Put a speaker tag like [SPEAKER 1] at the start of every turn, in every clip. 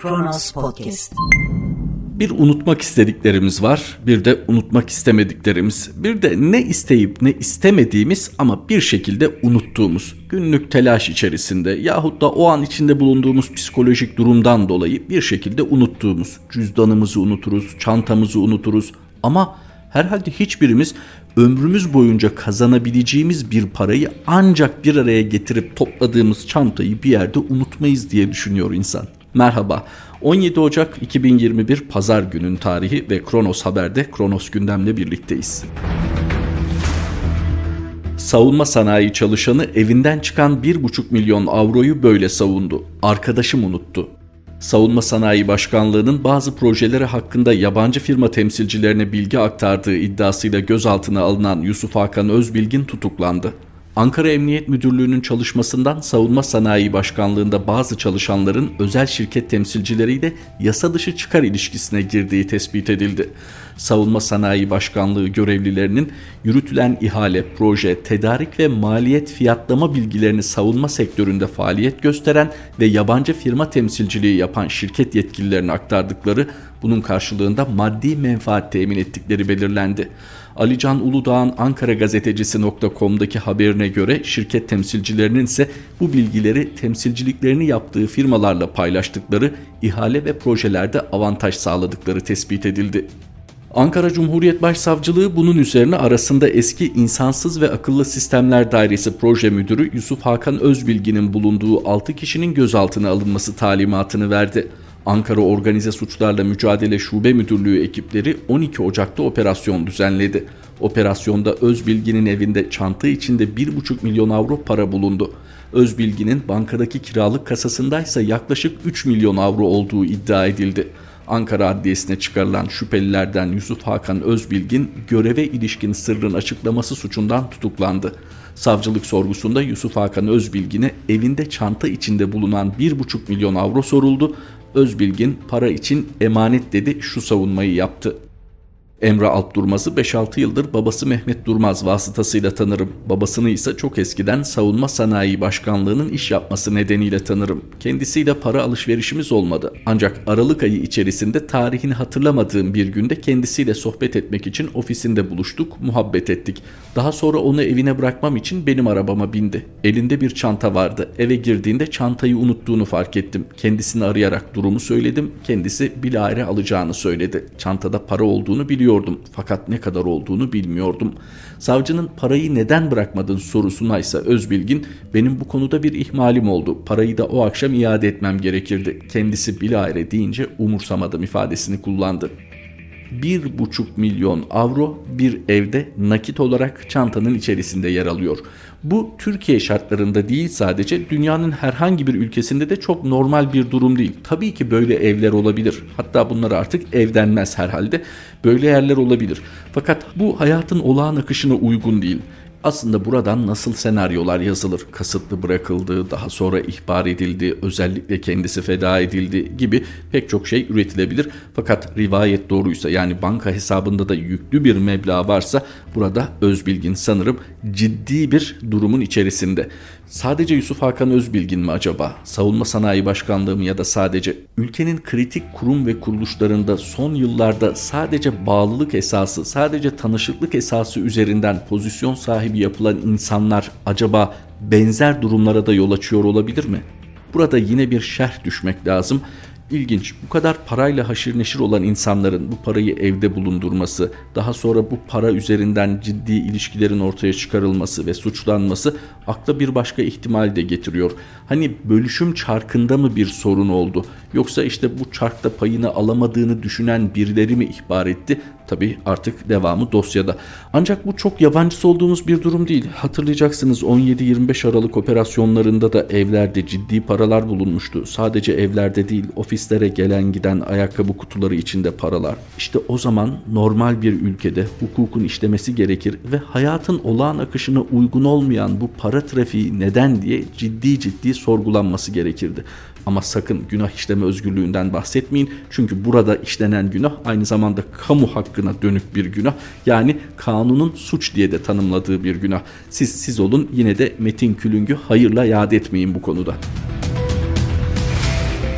[SPEAKER 1] Kronos Podcast.
[SPEAKER 2] Bir unutmak istediklerimiz var, bir de unutmak istemediklerimiz, bir de ne isteyip ne istemediğimiz ama bir şekilde unuttuğumuz, günlük telaş içerisinde yahut da o an içinde bulunduğumuz psikolojik durumdan dolayı bir şekilde unuttuğumuz, cüzdanımızı unuturuz, çantamızı unuturuz ama herhalde hiçbirimiz ömrümüz boyunca kazanabileceğimiz bir parayı ancak bir araya getirip topladığımız çantayı bir yerde unutmayız diye düşünüyor insan. Merhaba, 17 Ocak 2021 Pazar günün tarihi ve Kronos Haber'de Kronos Gündem'le birlikteyiz. Savunma sanayi çalışanı evinden çıkan 1,5 milyon avroyu böyle savundu. Arkadaşım unuttu. Savunma Sanayi Başkanlığı'nın bazı projeleri hakkında yabancı firma temsilcilerine bilgi aktardığı iddiasıyla gözaltına alınan Yusuf Hakan Özbilgin tutuklandı. Ankara Emniyet Müdürlüğü'nün çalışmasından Savunma Sanayi Başkanlığı'nda bazı çalışanların özel şirket temsilcileriyle yasa dışı çıkar ilişkisine girdiği tespit edildi. Savunma Sanayi Başkanlığı görevlilerinin yürütülen ihale, proje, tedarik ve maliyet fiyatlama bilgilerini savunma sektöründe faaliyet gösteren ve yabancı firma temsilciliği yapan şirket yetkililerine aktardıkları, bunun karşılığında maddi menfaat temin ettikleri belirlendi. Alican Uludağ'ın ankaragazetecisi.com'daki haberine göre şirket temsilcilerinin ise bu bilgileri temsilciliklerini yaptığı firmalarla paylaştıkları, ihale ve projelerde avantaj sağladıkları tespit edildi. Ankara Cumhuriyet Başsavcılığı bunun üzerine arasında eski İnsansız ve Akıllı Sistemler Dairesi Proje Müdürü Yusuf Hakan Özbilgin'in bulunduğu 6 kişinin gözaltına alınması talimatını verdi. Ankara Organize Suçlarla Mücadele Şube Müdürlüğü ekipleri 12 Ocak'ta operasyon düzenledi. Operasyonda Özbilgin'in evinde çanta içinde 1,5 milyon avro para bulundu. Özbilgin'in bankadaki kiralık kasasındaysa yaklaşık 3 milyon avro olduğu iddia edildi. Ankara Adliyesi'ne çıkarılan şüphelilerden Yusuf Hakan Özbilgin, göreve ilişkin sırrın açıklaması suçundan tutuklandı. Savcılık sorgusunda Yusuf Hakan Özbilgin'e evinde çanta içinde bulunan 1,5 milyon avro soruldu. Özbilgin para için emanet dedi, şu savunmayı yaptı. Emre Alp Durmaz'ı 5-6 yıldır babası Mehmet Durmaz vasıtasıyla tanırım. Babasını ise çok eskiden Savunma Sanayi Başkanlığı'nın iş yapması nedeniyle tanırım. Kendisiyle para alışverişimiz olmadı. Ancak Aralık ayı içerisinde tarihini hatırlamadığım bir günde kendisiyle sohbet etmek için ofisinde buluştuk, muhabbet ettik. Daha sonra onu evine bırakmam için benim arabama bindi. Elinde bir çanta vardı. Eve girdiğinde çantayı unuttuğunu fark ettim. Kendisini arayarak durumu söyledim. Kendisi bilahare alacağını söyledi. Çantada para olduğunu biliyordum. Fakat ne kadar olduğunu bilmiyordum. Savcının parayı neden bırakmadın sorusuna ise Özbilgin, benim bu konuda bir ihmalim oldu. Parayı da o akşam iade etmem gerekirdi. Kendisi bilahare deyince umursamadım ifadesini kullandı. 1,5 milyon avro bir evde nakit olarak çantanın içerisinde yer alıyor. Bu Türkiye şartlarında değil, sadece dünyanın herhangi bir ülkesinde de çok normal bir durum değil. Tabii ki böyle evler olabilir. Hatta bunlara artık ev denmez herhalde. Böyle yerler olabilir. Fakat bu hayatın olağan akışına uygun değil. Aslında buradan nasıl senaryolar yazılır? Kasıtlı bırakıldı, daha sonra ihbar edildi, özellikle kendisi feda edildi gibi pek çok şey üretilebilir. Fakat rivayet doğruysa, yani banka hesabında da yüklü bir meblağ varsa, burada Özbilgin sanırım ciddi bir durumun içerisinde. Sadece Yusuf Hakan Özbilgin mi acaba? Savunma Sanayi Başkanlığı mı, ya da sadece ülkenin kritik kurum ve kuruluşlarında son yıllarda sadece bağlılık esası, sadece tanışıklık esası üzerinden pozisyon sahibi yapılan insanlar acaba benzer durumlara da yol açıyor olabilir mi? Burada yine bir şerh düşmek lazım. İlginç, bu kadar parayla haşır neşir olan insanların bu parayı evde bulundurması, daha sonra bu para üzerinden ciddi ilişkilerin ortaya çıkarılması ve suçlanması akla bir başka ihtimal de getiriyor. Hani bölüşüm çarkında mı bir sorun oldu? Yoksa işte bu çarkta payını alamadığını düşünen birileri mi ihbar etti? Tabii artık devamı dosyada. Ancak bu çok yabancısı olduğumuz bir durum değil. Hatırlayacaksınız, 17-25 Aralık operasyonlarında da evlerde ciddi paralar bulunmuştu. Sadece evlerde değil, ofislere gelen giden ayakkabı kutuları içinde paralar. İşte o zaman normal bir ülkede hukukun işlemesi gerekir ve hayatın olağan akışına uygun olmayan bu para trafiği neden diye ciddi sorgulanması gerekirdi. Ama sakın günah işleme özgürlüğünden bahsetmeyin. Çünkü burada işlenen günah aynı zamanda kamu hakkına dönük bir günah. Yani kanunun suç diye de tanımladığı bir günah. Siz olun, yine de Metin Külüng'ü hayırla yad etmeyin bu konuda.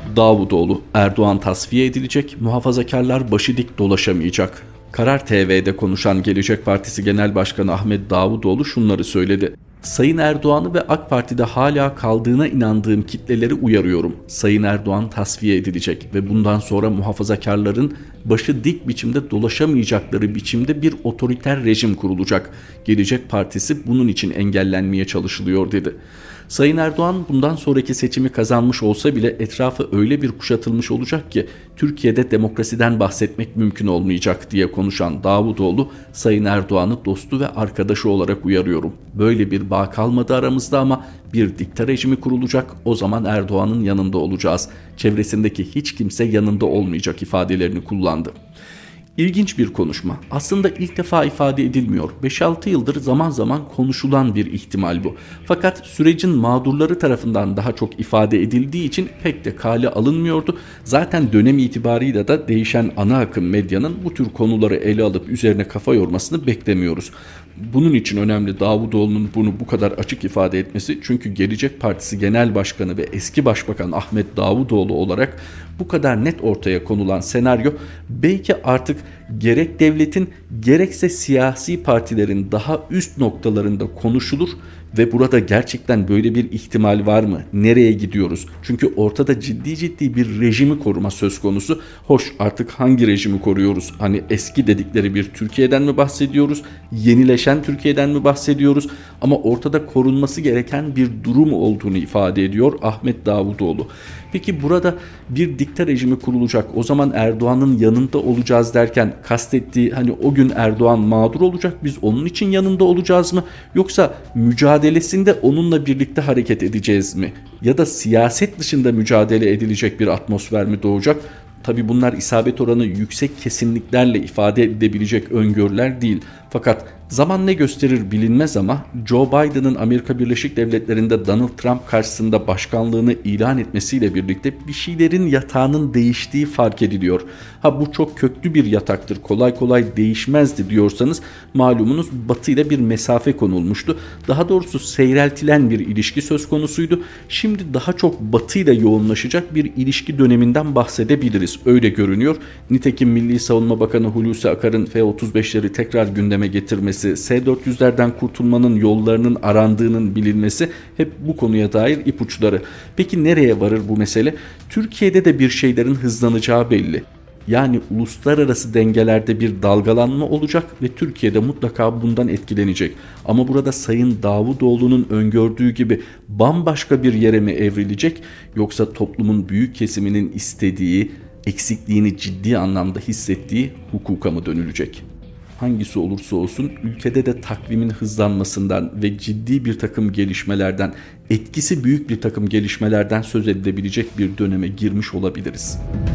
[SPEAKER 2] Davutoğlu, Erdoğan tasfiye edilecek, muhafazakarlar başı dik dolaşamayacak. Karar TV'de konuşan Gelecek Partisi Genel Başkanı Ahmet Davutoğlu şunları söyledi. Sayın Erdoğan'ı ve AK Parti'de hala kaldığına inandığım kitleleri uyarıyorum. Sayın Erdoğan tasfiye edilecek ve bundan sonra muhafazakarların başı dik biçimde dolaşamayacakları biçimde bir otoriter rejim kurulacak. Gelecek Partisi bunun için engellenmeye çalışılıyor dedi. Sayın Erdoğan bundan sonraki seçimi kazanmış olsa bile etrafı öyle bir kuşatılmış olacak ki Türkiye'de demokrasiden bahsetmek mümkün olmayacak diye konuşan Davutoğlu, Sayın Erdoğan'ı dostu ve arkadaşı olarak uyarıyorum. Böyle bir bağ kalmadı aramızda ama bir dikta rejimi kurulacak, o zaman Erdoğan'ın yanında olacağız. Çevresindeki hiç kimse yanında olmayacak ifadelerini kullandı. İlginç bir konuşma. Aslında ilk defa ifade edilmiyor. 5-6 yıldır zaman zaman konuşulan bir ihtimal bu. Fakat sürecin mağdurları tarafından daha çok ifade edildiği için pek de kale alınmıyordu. Zaten dönem itibarıyla da değişen ana akım medyanın bu tür konuları ele alıp üzerine kafa yormasını beklemiyoruz. Bunun için önemli Davutoğlu'nun bunu bu kadar açık ifade etmesi, çünkü Gelecek Partisi Genel Başkanı ve eski Başbakan Ahmet Davutoğlu olarak bu kadar net ortaya konulan senaryo belki artık gerek devletin gerekse siyasi partilerin daha üst noktalarında konuşulur ve burada gerçekten böyle bir ihtimal var mı? Nereye gidiyoruz? Çünkü ortada ciddi bir rejimi koruma söz konusu. Hoş, artık hangi rejimi koruyoruz? Hani eski dedikleri bir Türkiye'den mi bahsediyoruz? Yenileşen Türkiye'den mi bahsediyoruz? Ama ortada korunması gereken bir durum olduğunu ifade ediyor Ahmet Davutoğlu. Peki burada bir dikta rejimi kurulacak, o zaman Erdoğan'ın yanında olacağız derken kastettiği hani o gün Erdoğan mağdur olacak, biz onun için yanında olacağız mı? Yoksa mücadelesinde onunla birlikte hareket edeceğiz mi? Ya da siyaset dışında mücadele edilecek bir atmosfer mi doğacak? Tabii bunlar isabet oranı yüksek kesinliklerle ifade edilebilecek öngörüler değil. Fakat zaman ne gösterir bilinmez ama Joe Biden'ın Amerika Birleşik Devletleri'nde Donald Trump karşısında başkanlığını ilan etmesiyle birlikte bir şeylerin yatağının değiştiği fark ediliyor. Ha, bu çok köklü bir yataktır, kolay kolay değişmezdi diyorsanız malumunuz Batı ile bir mesafe konulmuştu. Daha doğrusu seyreltilen bir ilişki söz konusuydu. Şimdi daha çok Batı ile yoğunlaşacak bir ilişki döneminden bahsedebiliriz. Öyle görünüyor. Nitekim Milli Savunma Bakanı Hulusi Akar'ın F-35'leri tekrar gündeme getirmesi, S-400'lerden kurtulmanın yollarının arandığının bilinmesi hep bu konuya dair ipuçları. Peki nereye varır bu mesele? Türkiye'de de bir şeylerin hızlanacağı belli. Yani uluslararası dengelerde bir dalgalanma olacak ve Türkiye'de mutlaka bundan etkilenecek. Ama burada Sayın Davutoğlu'nun öngördüğü gibi bambaşka bir yere mi evrilecek, yoksa toplumun büyük kesiminin istediği, eksikliğini ciddi anlamda hissettiği hukuka mı dönülecek? Hangisi olursa olsun ülkede de takvimin hızlanmasından ve ciddi bir takım gelişmelerden, etkisi büyük bir takım gelişmelerden söz edilebilecek bir döneme girmiş olabiliriz.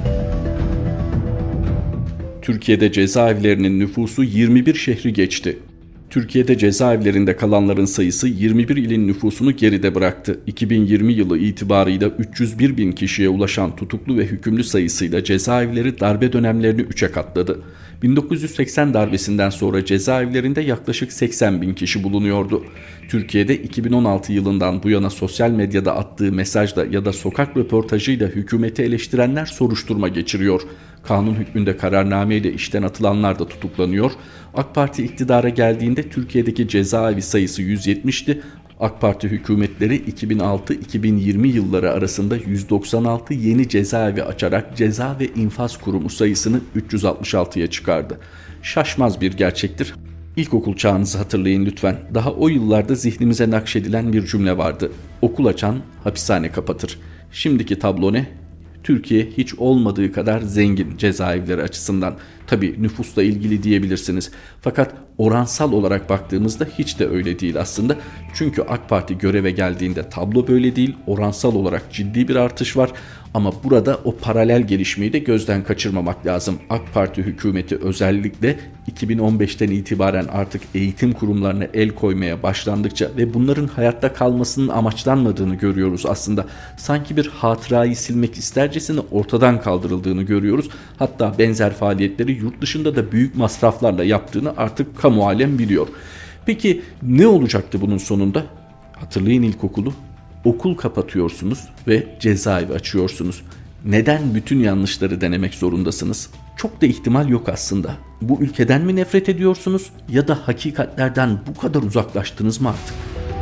[SPEAKER 2] Türkiye'de cezaevlerinin nüfusu 21 şehri geçti. Türkiye'de cezaevlerinde kalanların sayısı 21 ilin nüfusunu geride bıraktı. 2020 yılı itibarıyla 301 bin kişiye ulaşan tutuklu ve hükümlü sayısıyla cezaevleri darbe dönemlerini 3'e katladı. 1980 darbesinden sonra cezaevlerinde yaklaşık 80 bin kişi bulunuyordu. Türkiye'de 2016 yılından bu yana sosyal medyada attığı mesajla ya da sokak röportajıyla hükümeti eleştirenler soruşturma geçiriyor. Kanun hükmünde kararnameyle işten atılanlar da tutuklanıyor. AK Parti iktidara geldiğinde Türkiye'deki cezaevi sayısı 170'ti. AK Parti hükümetleri 2006-2020 yılları arasında 196 yeni cezaevi açarak Ceza ve İnfaz Kurumu sayısını 366'ya çıkardı. Şaşmaz bir gerçektir. İlkokul çağınızı hatırlayın lütfen. Daha o yıllarda zihnimize nakşedilen bir cümle vardı. Okul açan hapishane kapatır. Şimdiki tablo ne? Türkiye hiç olmadığı kadar zengin cezaevleri açısından. Tabii nüfusla ilgili diyebilirsiniz. Fakat oransal olarak baktığımızda hiç de öyle değil aslında. Çünkü AK Parti göreve geldiğinde tablo böyle değil. Oransal olarak ciddi bir artış var. Ama burada o paralel gelişmeyi de gözden kaçırmamak lazım. AK Parti hükümeti özellikle 2015'ten itibaren artık eğitim kurumlarına el koymaya başlandıkça ve bunların hayatta kalmasının amaçlanmadığını görüyoruz aslında. Sanki bir hatırayı silmek istercesine ortadan kaldırıldığını görüyoruz. Hatta benzer faaliyetleri yurt dışında da büyük masraflarla yaptığını artık kamu alem biliyor. Peki ne olacaktı bunun sonunda? Hatırlayın ilkokulu. Okul kapatıyorsunuz ve cezaevi açıyorsunuz. Neden bütün yanlışları denemek zorundasınız? Çok da ihtimal yok aslında. Bu ülkeden mi nefret ediyorsunuz ya da hakikatlerden bu kadar uzaklaştınız mı artık?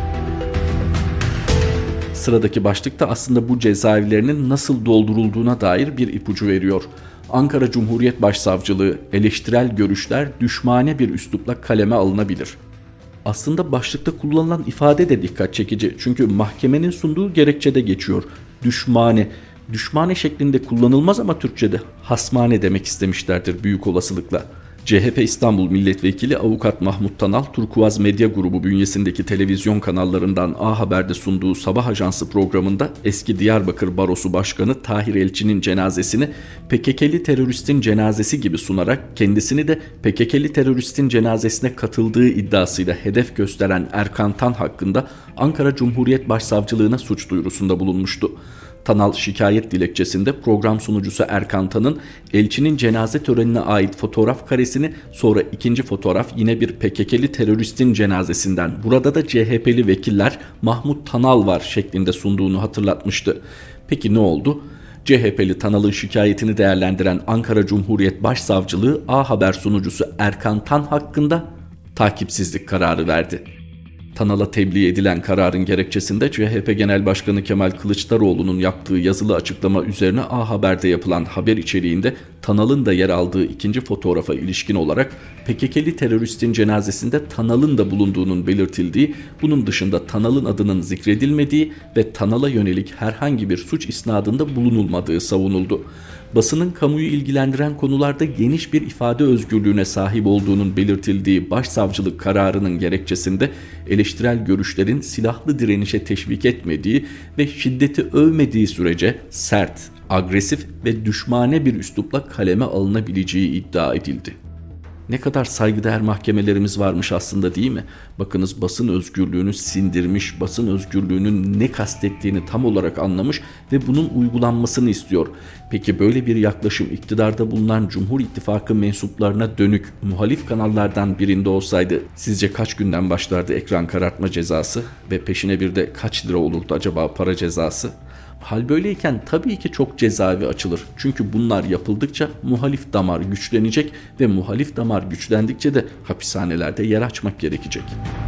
[SPEAKER 2] Sıradaki başlıkta aslında bu cezaevlerinin nasıl doldurulduğuna dair bir ipucu veriyor. Ankara Cumhuriyet Başsavcılığı, eleştirel görüşler düşmane bir üslupla kaleme alınabilir. Aslında başlıkta kullanılan ifade de dikkat çekici. Çünkü mahkemenin sunduğu gerekçede geçiyor. Düşmane. Düşmane şeklinde kullanılmaz ama Türkçe'de hasmane demek istemişlerdir büyük olasılıkla. CHP İstanbul Milletvekili Avukat Mahmut Tanal, Turkuaz Medya Grubu bünyesindeki televizyon kanallarından A Haber'de sunduğu Sabah Ajansı programında eski Diyarbakır Barosu Başkanı Tahir Elçi'nin cenazesini PKK'li teröristin cenazesi gibi sunarak kendisini de PKK'li teröristin cenazesine katıldığı iddiasıyla hedef gösteren Erkan Tan hakkında Ankara Cumhuriyet Başsavcılığına suç duyurusunda bulunmuştu. Tanal şikayet dilekçesinde program sunucusu Erkan Tan'ın elçinin cenaze törenine ait fotoğraf karesini, sonra ikinci fotoğraf yine bir PKK'li teröristin cenazesinden, burada da CHP'li vekiller Mahmut Tanal var şeklinde sunduğunu hatırlatmıştı. Peki ne oldu? CHP'li Tanal'ın şikayetini değerlendiren Ankara Cumhuriyet Başsavcılığı A Haber sunucusu Erkan Tan hakkında takipsizlik kararı verdi. Tanal'a tebliğ edilen kararın gerekçesinde CHP Genel Başkanı Kemal Kılıçdaroğlu'nun yaptığı yazılı açıklama üzerine A Haber'de yapılan haber içeriğinde Tanal'ın da yer aldığı ikinci fotoğrafa ilişkin olarak PKK'li teröristin cenazesinde Tanal'ın da bulunduğunun belirtildiği, bunun dışında Tanal'ın adının zikredilmediği ve Tanal'a yönelik herhangi bir suç isnadında bulunulmadığı savunuldu. Basının kamuyu ilgilendiren konularda geniş bir ifade özgürlüğüne sahip olduğunun belirtildiği başsavcılık kararının gerekçesinde eleştirel görüşlerin silahlı direnişe teşvik etmediği ve şiddeti övmediği sürece sert, agresif ve düşmane bir üslupla kaleme alınabileceği iddia edildi. Ne kadar saygıdeğer mahkemelerimiz varmış aslında, değil mi? Bakınız, basın özgürlüğünü sindirmiş, basın özgürlüğünün ne kastettiğini tam olarak anlamış ve bunun uygulanmasını istiyor. Peki böyle bir yaklaşım iktidarda bulunan Cumhur İttifakı mensuplarına dönük muhalif kanallardan birinde olsaydı sizce kaç günden başlardı ekran karartma cezası ve peşine bir de kaç lira olurdu acaba para cezası? Hal böyleyken tabii ki çok cezaevi açılır. Çünkü bunlar yapıldıkça muhalif damar güçlenecek ve muhalif damar güçlendikçe de hapishanelerde yer açmak gerekecek.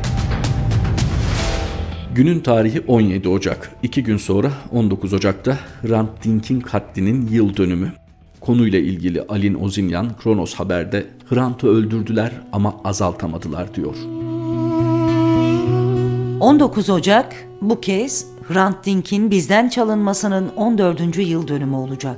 [SPEAKER 2] Günün tarihi 17 Ocak. 2 gün sonra 19 Ocak'ta Hrant Dink'in katlinin yıl dönümü. Konuyla ilgili Alin Ozinyan Kronos Haber'de Hrant'ı öldürdüler ama azaltamadılar diyor.
[SPEAKER 1] 19 Ocak bu kez Hrant Dink'in bizden çalınmasının 14. yıl dönümü olacak.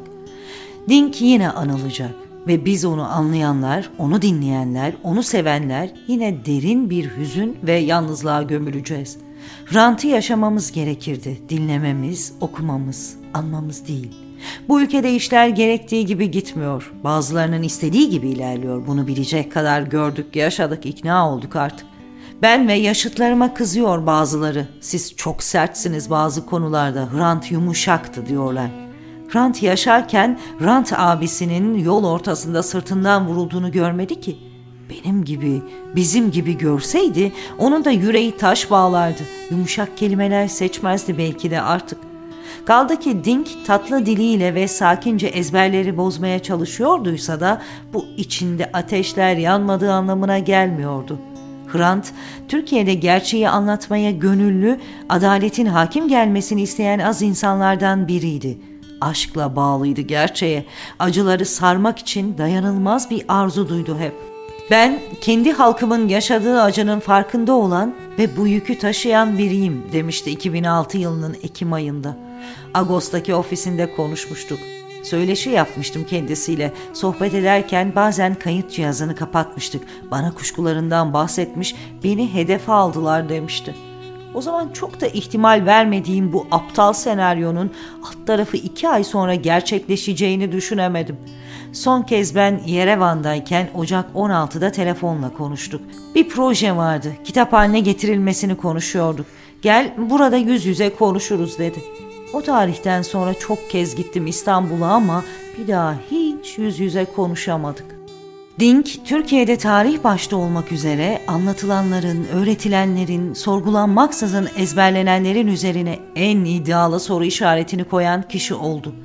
[SPEAKER 1] Dink yine anılacak ve biz onu anlayanlar, onu dinleyenler, onu sevenler yine derin bir hüzün ve yalnızlığa gömüleceğiz. Hrant'ı yaşamamız gerekirdi, dinlememiz, okumamız, anmamız değil. Bu ülkede işler gerektiği gibi gitmiyor, bazılarının istediği gibi ilerliyor. Bunu bilecek kadar gördük, yaşadık, ikna olduk artık. Ben ve yaşıtlarıma kızıyor bazıları. Siz çok sertsiniz bazı konularda, Hrant yumuşaktı diyorlar. Hrant yaşarken Hrant abisinin yol ortasında sırtından vurulduğunu görmedi ki. Benim gibi, bizim gibi görseydi onun da yüreği taş bağlardı. Yumuşak kelimeler seçmezdi belki de artık. Kaldı ki Dink tatlı diliyle ve sakince ezberleri bozmaya çalışıyorduysa da bu içinde ateşler yanmadığı anlamına gelmiyordu. Hrant, Türkiye'de gerçeği anlatmaya gönüllü, adaletin hakim gelmesini isteyen az insanlardan biriydi. Aşkla bağlıydı gerçeğe, acıları sarmak için dayanılmaz bir arzu duydu hep. Ben kendi halkımın yaşadığı acının farkında olan ve bu yükü taşıyan biriyim demişti 2006 yılının Ekim ayında. Ağustos'taki ofisinde konuşmuştuk. Söyleşi yapmıştım kendisiyle. Sohbet ederken bazen kayıt cihazını kapatmıştık. Bana kuşkularından bahsetmiş, beni hedefe aldılar demişti. O zaman çok da ihtimal vermediğim bu aptal senaryonun alt tarafı 2 ay sonra gerçekleşeceğini düşünemedim. Son kez ben Yerevan'dayken Ocak 16'da telefonla konuştuk. Bir proje vardı, kitap haline getirilmesini konuşuyorduk. Gel burada yüz yüze konuşuruz dedi. O tarihten sonra çok kez gittim İstanbul'a ama bir daha hiç yüz yüze konuşamadık. Dink, Türkiye'de tarih başta olmak üzere anlatılanların, öğretilenlerin, sorgulanmaksızın ezberlenenlerin üzerine en iddialı soru işaretini koyan kişi oldu.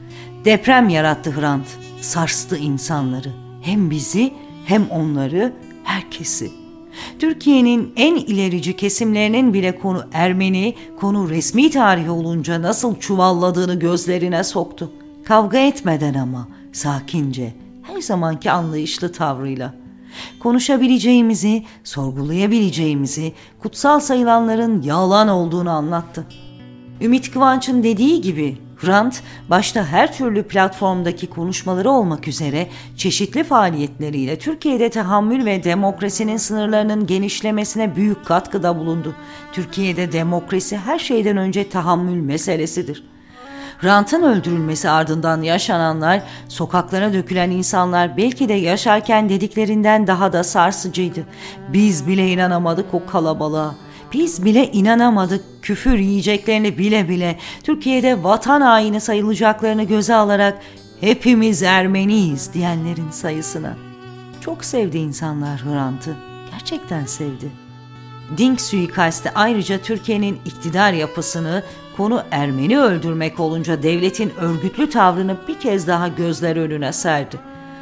[SPEAKER 1] Deprem yarattı Hrant, sarstı insanları. Hem bizi hem onları, herkesi. Türkiye'nin en ilerici kesimlerinin bile konu Ermeni, konu resmi tarih olunca nasıl çuvalladığını gözlerine soktu. Kavga etmeden ama sakince, her zamanki anlayışlı tavrıyla. Konuşabileceğimizi, sorgulayabileceğimizi, kutsal sayılanların yalan olduğunu anlattı. Ümit Kıvanç'ın dediği gibi Hrant başta her türlü platformdaki konuşmaları olmak üzere çeşitli faaliyetleriyle Türkiye'de tahammül ve demokrasinin sınırlarının genişlemesine büyük katkıda bulundu. Türkiye'de demokrasi her şeyden önce tahammül meselesidir. Hrant'ın öldürülmesi ardından yaşananlar, sokaklara dökülen insanlar belki de yaşarken dediklerinden daha da sarsıcıydı. Biz bile inanamadık o kalabalığa. Biz bile inanamadık küfür yiyeceklerini bile bile Türkiye'de vatan haini sayılacaklarını göze alarak hepimiz Ermeniyiz diyenlerin sayısına. Çok sevdi insanlar Hrant'ı. Gerçekten sevdi. Dink suikasti ayrıca Türkiye'nin iktidar yapısını, konu Ermeni öldürmek olunca devletin örgütlü tavrını bir kez daha gözler önüne serdi.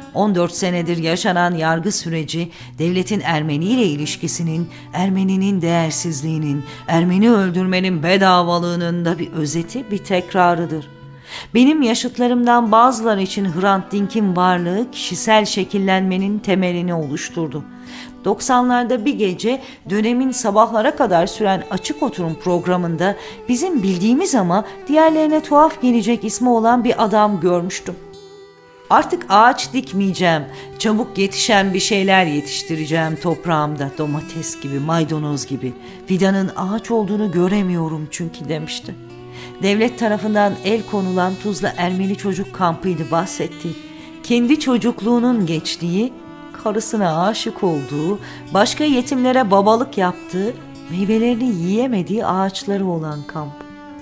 [SPEAKER 1] 14 senedir yaşanan yargı süreci, devletin Ermeni ile ilişkisinin, Ermeninin değersizliğinin, Ermeni öldürmenin bedavalığının da bir özeti, bir tekrarıdır. Benim yaşıtlarımdan bazıları için Hrant Dink'in varlığı kişisel şekillenmenin temelini oluşturdu. 90'larda bir gece dönemin sabahlara kadar süren açık oturum programında bizim bildiğimiz ama diğerlerine tuhaf gelecek ismi olan bir adam görmüştüm. Artık ağaç dikmeyeceğim, çabuk yetişen bir şeyler yetiştireceğim toprağımda, domates gibi, maydanoz gibi. Fidanın ağaç olduğunu göremiyorum çünkü demişti. Devlet tarafından el konulan Tuzla Ermeni çocuk kampıydı bahsettiği. Kendi çocukluğunun geçtiği, karısına aşık olduğu, başka yetimlere babalık yaptığı, meyvelerini yiyemediği ağaçları olan kamp.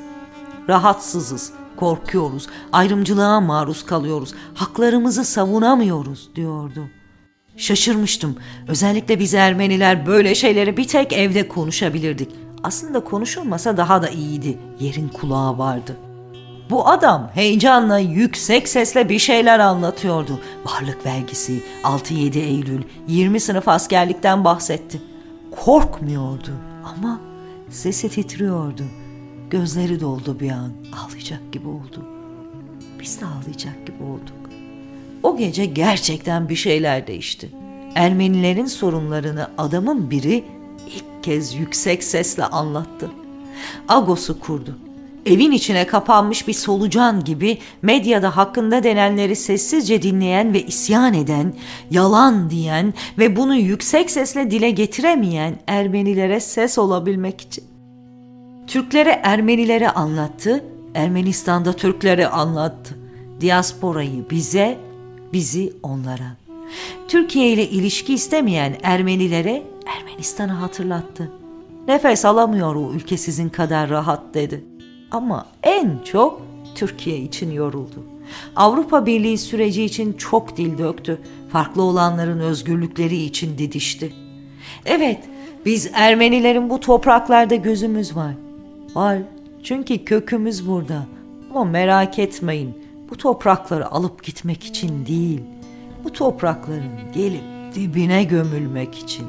[SPEAKER 1] Rahatsızız, korkuyoruz, ayrımcılığa maruz kalıyoruz, haklarımızı savunamıyoruz diyordu. Şaşırmıştım. Özellikle biz Ermeniler böyle şeyleri bir tek evde konuşabilirdik. Aslında konuşulmasa daha da iyiydi. Yerin kulağı vardı. Bu adam heyecanla yüksek sesle bir şeyler anlatıyordu. Varlık vergisi, 6-7 Eylül, 20 sınıf askerlikten bahsetti. Korkmuyordu ama sesi titriyordu. Gözleri doldu bir an. Ağlayacak gibi oldu. Biz de ağlayacak gibi olduk. O gece gerçekten bir şeyler değişti. Ermenilerin sorunlarını adamın biri ilk kez yüksek sesle anlattı. Agos'u kurdu. Evin içine kapanmış bir solucan gibi medyada hakkında denenleri sessizce dinleyen ve isyan eden, yalan diyen ve bunu yüksek sesle dile getiremeyen Ermenilere ses olabilmek için. Türklere Ermenilere anlattı, Ermenistan'da Türklere anlattı. Diasporayı bize, bizi onlara. Türkiye ile ilişki istemeyen Ermenilere Ermenistan'ı hatırlattı. Nefes alamıyor o ülke sizin kadar rahat dedi. Ama en çok Türkiye için yoruldu. Avrupa Birliği süreci için çok dil döktü. Farklı olanların özgürlükleri için didişti. Evet, biz Ermenilerin bu topraklarda gözümüz var. Var, çünkü kökümüz burada. Ama merak etmeyin, bu toprakları alıp gitmek için değil, bu toprakların gelip dibine gömülmek için.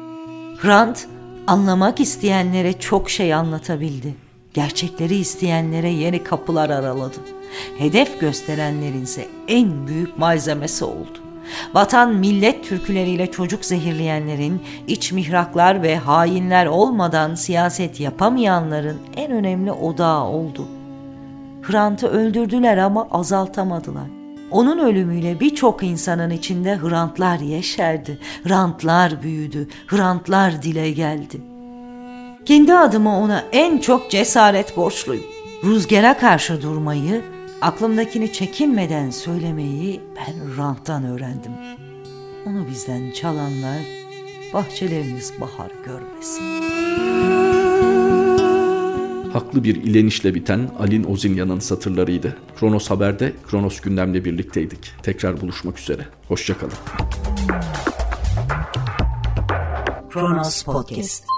[SPEAKER 1] Hrant, anlamak isteyenlere çok şey anlatabildi. Gerçekleri isteyenlere yeni kapılar araladı. Hedef gösterenlerin ise en büyük malzemesi oldu. Vatan millet türküleriyle çocuk zehirleyenlerin, iç mihraklar ve hainler olmadan siyaset yapamayanların en önemli odağı oldu. Hrant'ı öldürdüler ama azaltamadılar. Onun ölümüyle birçok insanın içinde Hrantlar yeşerdi, Hrantlar büyüdü, Hrantlar dile geldi. Kendi adıma ona en çok cesaret borçluyum. Rüzgara karşı durmayı, aklımdakini çekinmeden söylemeyi ben Hrant'tan öğrendim. Onu bizden çalanlar bahçelerimiz bahar görmesin.
[SPEAKER 2] Haklı bir ilenişle biten Alin Ozinyan'ın satırlarıydı. Kronos Haber'de Kronos Gündem'le birlikteydik. Tekrar buluşmak üzere. Hoşça kalın.
[SPEAKER 1] Kronos Podcast.